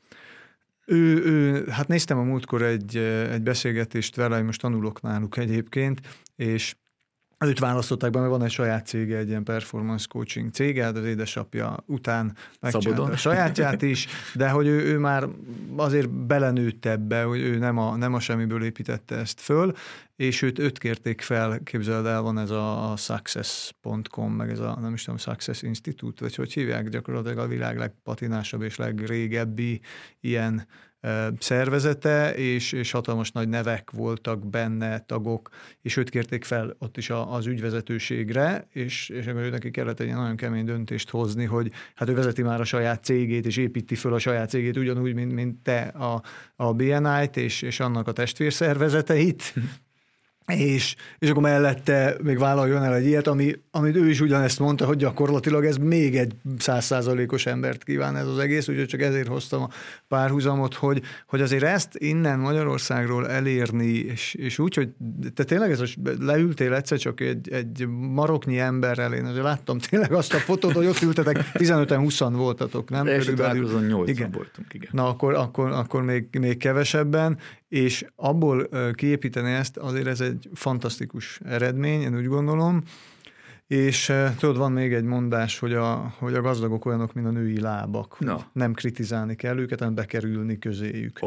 A: ő, hát néztem a múltkor egy beszélgetést vele, most tanulok náluk egyébként, és őt választották be, mert van egy saját cége, egy ilyen performance coaching cége, az édesapja után megcsinálta a sajátját is, de hogy ő már azért belenőtt ebbe, hogy ő nem a semmiből építette ezt föl, és őt kérték fel, képzeld el, van ez a success.com, meg ez a, nem is tudom, Success Institute, vagy hogy hívják, gyakorlatilag a világ legpatinásabb és legrégebbi ilyen szervezete, és hatalmas nagy nevek voltak benne, tagok, és őt kérték fel ott is az ügyvezetőségre, és akkor ő neki kellett egy nagyon kemény döntést hozni, hogy hát ő vezeti már a saját cégét, és építi föl a saját cégét ugyanúgy, mint te a BNI-t, és annak a testvérszervezeteit, és akkor mellette még vállaljon el egy ilyet, amit ő is ugyanezt mondta, hogy gyakorlatilag ez még egy 100%-os embert kíván ez az egész, úgyhogy csak ezért hoztam a párhuzamot, hogy azért ezt innen Magyarországról elérni, és úgy, hogy te tényleg leültél egyszer csak egy maroknyi emberrel, én azért láttam tényleg azt a fotót, hogy ott ültetek, 15-20 voltatok, nem?
B: Első találkozón 8-an voltunk, igen.
A: Na, akkor még kevesebben, és abból kiépíteni ezt, azért ez egy fantasztikus eredmény, én úgy gondolom, és tudod, van még egy mondás, hogy a gazdagok olyanok, mint a női lábak. Nem kritizálni kell őket, hanem bekerülni közéjük.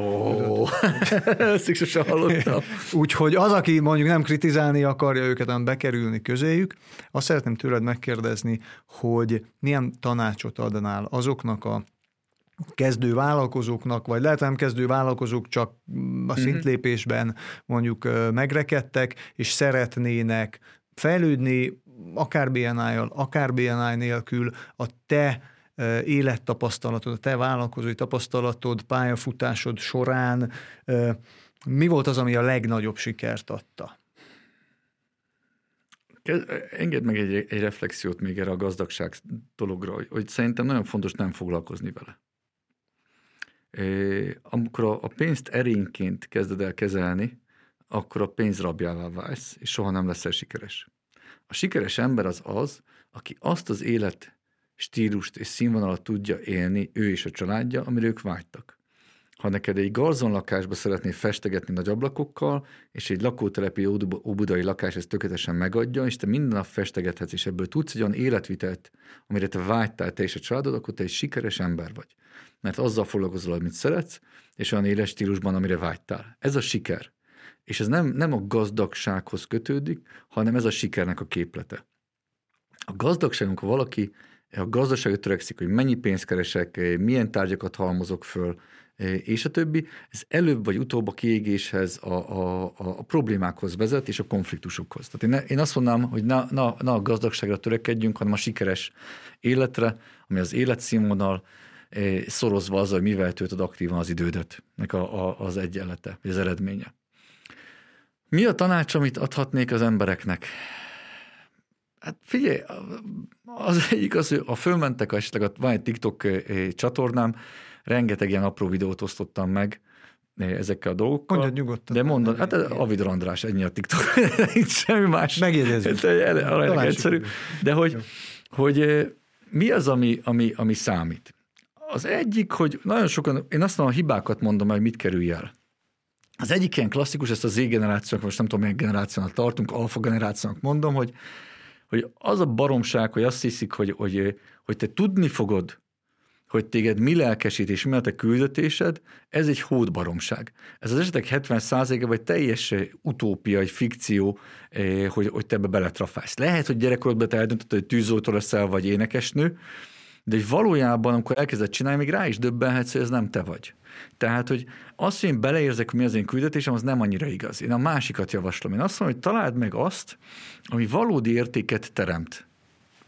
B: Ezt is sosem hallottam.
A: Úgyhogy az, aki mondjuk nem kritizálni akarja őket, hanem bekerülni közéjük, azt szeretném tőled megkérdezni, hogy milyen tanácsot adnál azoknak a kezdő vállalkozóknak, vagy lehet nem kezdő vállalkozók, csak a szintlépésben mondjuk megrekedtek, és szeretnének fejlődni, akár BNI-jal, akár BNI nélkül, a te élettapasztalatod, a te vállalkozói tapasztalatod, pályafutásod során mi volt az, ami a legnagyobb sikert adta?
B: Engedd meg egy reflexiót még erre a gazdagság dologra, hogy szerintem nagyon fontos nem foglalkozni vele. Amikor a pénzt erényként kezded el kezelni, akkor a pénz rabjává válsz, és soha nem leszel sikeres. A sikeres ember az, aki azt az életstílust és színvonalat tudja élni, ő és a családja, amire ők vágytak. Ha neked egy garzonlakásba szeretnél festegetni nagy ablakokkal, és egy lakótelepi óbudai lakás ezt tökéletesen megadja, és te minden nap festegethetsz, és ebből tudsz egy olyan életvitelt, amire te vágytál, te és a családod, akkor te egy sikeres ember vagy. Mert azzal foglalkozol, amit szeretsz, és olyan életstílusban, amire vágytál. Ez a siker. És ez nem a gazdagsághoz kötődik, hanem ez a sikernek a képlete. A gazdagságunk, ha valaki a gazdaságra törekszik, hogy mennyi pénzt keresek, milyen tárgyakat halmozok föl, és a többi, ez előbb vagy utóbb a kiégéshez, a problémákhoz vezet, és a konfliktusokhoz. Tehát én azt mondnám, hogy ne a gazdagságra törekedjünk, hanem a sikeres életre, ami az életszínvonal, szorozva azzal, hogy mivel töltöd aktívan az idődet, az egyenlete, vagy az eredménye. Mi a tanács, amit adhatnék az embereknek? Hát figyelj, az egyik az, hogy ha fölmentek, esetleg van egy TikTok csatornám, rengeteg ilyen apró videót osztottam meg ezekkel a dolgokkal.
A: Mondjad nyugodtan.
B: De mondod, hát Avidor András, ennyi a TikTok, nincs semmi más.
A: Megjegyezzük.
B: Egyszerű. De hogy mi az, ami számít? Az egyik, hogy nagyon sokan, én azt mondom, a hibákat mondom, hogy mit kerülj el. Az egyik ilyen klasszikus, ezt a Z generációnak, most nem tudom, milyen generációnak tartunk, alfa generációnak mondom, hogy az a baromság, hogy azt hiszik, hogy te tudni fogod, hogy téged mi lelkesít és mi a te küldetésed, ez egy hódbaromság. Ez az esetek 70%-a vagy teljes utópia, egy fikció, hogy te ebbe beletrafálsz. Lehet, hogy gyerekkorodban te eldöntöd, hogy tűzoltó leszel, vagy énekesnő, de hogy valójában, amikor elkezded csinálni, még rá is döbbenhetsz, hogy ez nem te vagy. Tehát, hogy azt, hogy én beleérzek, hogy mi az én küldetésem, az nem annyira igaz. Én a másikat javaslom. Én azt mondom, hogy találd meg azt, ami valódi értéket teremt.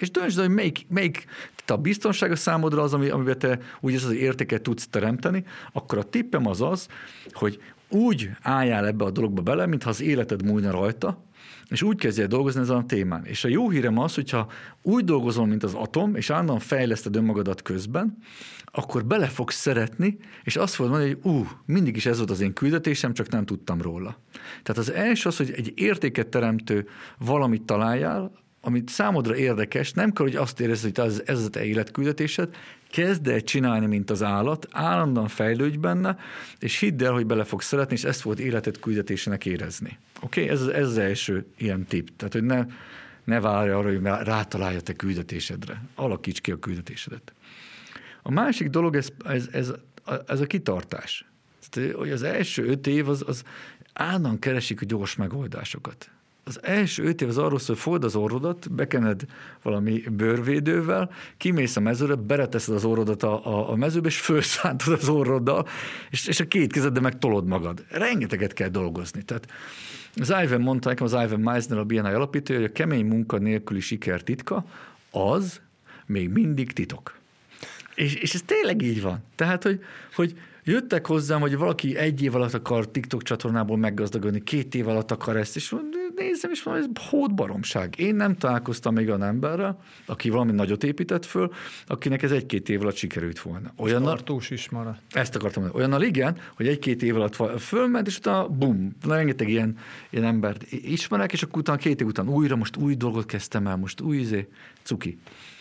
B: És döntsd, hogy melyik a biztonság a számodra az, amiben te úgy az értéket tudsz teremteni, akkor a tippem az, hogy úgy álljál ebbe a dologba bele, mintha az életed múlna rajta, és úgy kezdjél dolgozni ezen a témán. És a jó hírem az, hogyha úgy dolgozol, mint az atom, és állandóan fejleszted önmagadat közben, akkor bele fogsz szeretni, és azt fogod mondani, hogy mindig is ez volt az én küldetésem, csak nem tudtam róla. Tehát az első az, hogy egy értéket teremtő valamit találjál, amit számodra érdekes, nem kell, hogy azt érezd, hogy ez a te életküldetésed, kezd el csinálni, mint az állat, állandóan fejlődj benne, és hidd el, hogy bele fogsz szeretni, és ezt fogod életed küldetésének érezni. Oké? Ez az első ilyen tipp. Tehát, hogy ne várj arra, hogy rátalálj a te küldetésedre. Alakíts ki a küldetésedet. A másik dolog, ez a kitartás. Tehát, hogy az első 5 év az állandóan keresik a gyors megoldásokat. Az első 5 év az arról szól, hogy fogd az orrodat, bekened valami bőrvédővel, kimész a mezőre, bereteszed az orrodat a mezőbe, és felszántod az orroddal, és a 2 kezeddel meg tolod magad. Rengeteget kell dolgozni. Tehát az Ivan mondta nekem, az Ivan Meisner, a BNI alapítója, hogy a kemény munka nélküli siker titka, az még mindig titok. És ez tényleg így van. Tehát, hogy jöttek hozzám, hogy valaki 1 év alatt akar TikTok csatornából meggazdagodni, 2 év alatt akar ezt, és nézem, és mondom, ez hódbaromság. Én nem találkoztam még olyan emberrel, aki valami nagyot épített föl, akinek ez 1-2 év alatt sikerült volna.
A: Tartós is maradt.
B: Ezt akartam mondani. Olyannal igen, hogy 1-2 év alatt fölment, és utána bum, rengeteg ilyen embert ismerek, és akkor utána 2 év után most új dolgot kezdtem el, most új cuki.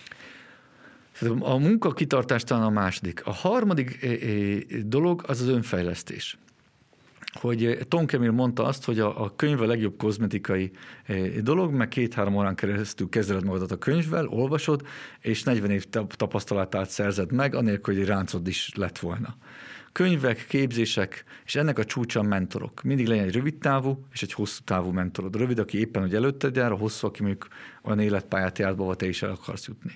B: A munka kitartás talán a második. A harmadik dolog az önfejlesztés. Hogy Tom Kemir mondta azt, hogy a könyv a legjobb kozmetikai dolog, meg 2-3 órán keresztül kezeled magadat a könyvvel, olvasod, és 40 év tapasztalatát szerzed meg, anélkül, hogy ráncod is lett volna. Könyvek, képzések, és ennek a csúcsa a mentorok. Mindig legyen egy rövid távú és egy hosszú távú mentorod. Rövid, aki éppen hogy előtted jár, a hosszú, aki mondjuk olyan életpályát járt, ahol te is el akarsz jutni.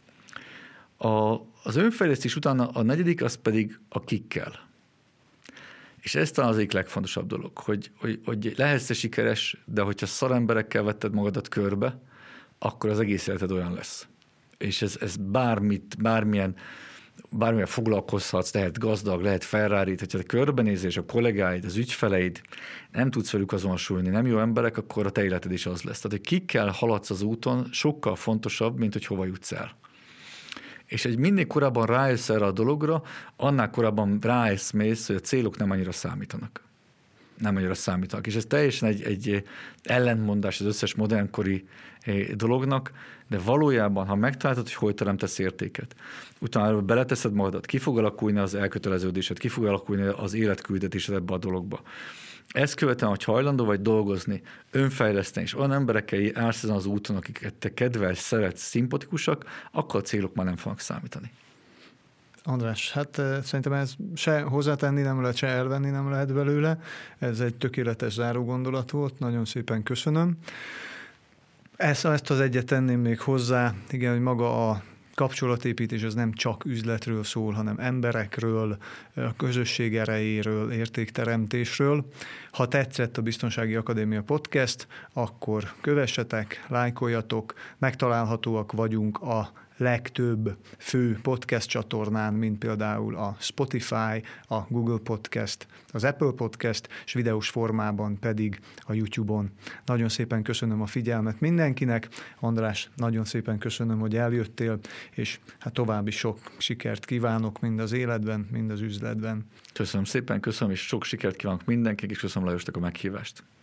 B: Az önfejlesztés után a negyedik, az pedig a kikkel. És ez talán az egyik legfontosabb dolog, hogy lehetsz sikeres, de hogyha szaremberekkel vetted magadat körbe, akkor az egész életed olyan lesz. És ez bármilyen foglalkozhatsz, lehet gazdag, lehet Ferrari, hogyha te körbenézel, és a kollégáid, az ügyfeleid, nem tudsz velük azonosulni, nem jó emberek, akkor a te életed is az lesz. Tehát, hogy kikkel haladsz az úton, sokkal fontosabb, mint hogy hova jutsz el. És egy minél korábban rájössz erre a dologra, annál korábban ráeszmész, hogy a célok nem annyira számítanak. Nem annyira számítanak. És ez teljesen egy ellentmondás az összes modernkori dolognak, de valójában, ha megtaláltad, hogy hol teremtesz értéket, utána beleteszed magadat, ki fog alakulni az elköteleződésed, ki fog alakulni az életküldetésed ebbe a dologba. Ezt követően, hogy hajlandó vagy dolgozni, önfejleszteni, és olyan emberekkel állsz ezen az úton, akiket te kedvelsz, szeretsz, szimpatikusak, akkor a célok már nem fognak számítani.
A: András, hát szerintem ez se hozzátenni nem lehet, se elvenni nem lehet belőle. Ez egy tökéletes záró gondolat volt, nagyon szépen köszönöm. Ezt az egyet tenném még hozzá, igen, hogy maga a kapcsolatépítés az nem csak üzletről szól, hanem emberekről, a közösség erejéről, értékteremtésről. Ha tetszett a Biztonsági Akadémia Podcast, akkor kövessetek, lájkoljatok, megtalálhatóak vagyunk a legtöbb fő podcast csatornán, mint például a Spotify, a Google Podcast, az Apple Podcast, és videós formában pedig a YouTube-on. Nagyon szépen köszönöm a figyelmet mindenkinek. András, nagyon szépen köszönöm, hogy eljöttél, és hát további sok sikert kívánok mind az életben, mind az üzletben.
B: Köszönöm szépen, köszönöm, és sok sikert kívánok mindenkinek, és köszönöm Lajosnak a meghívást.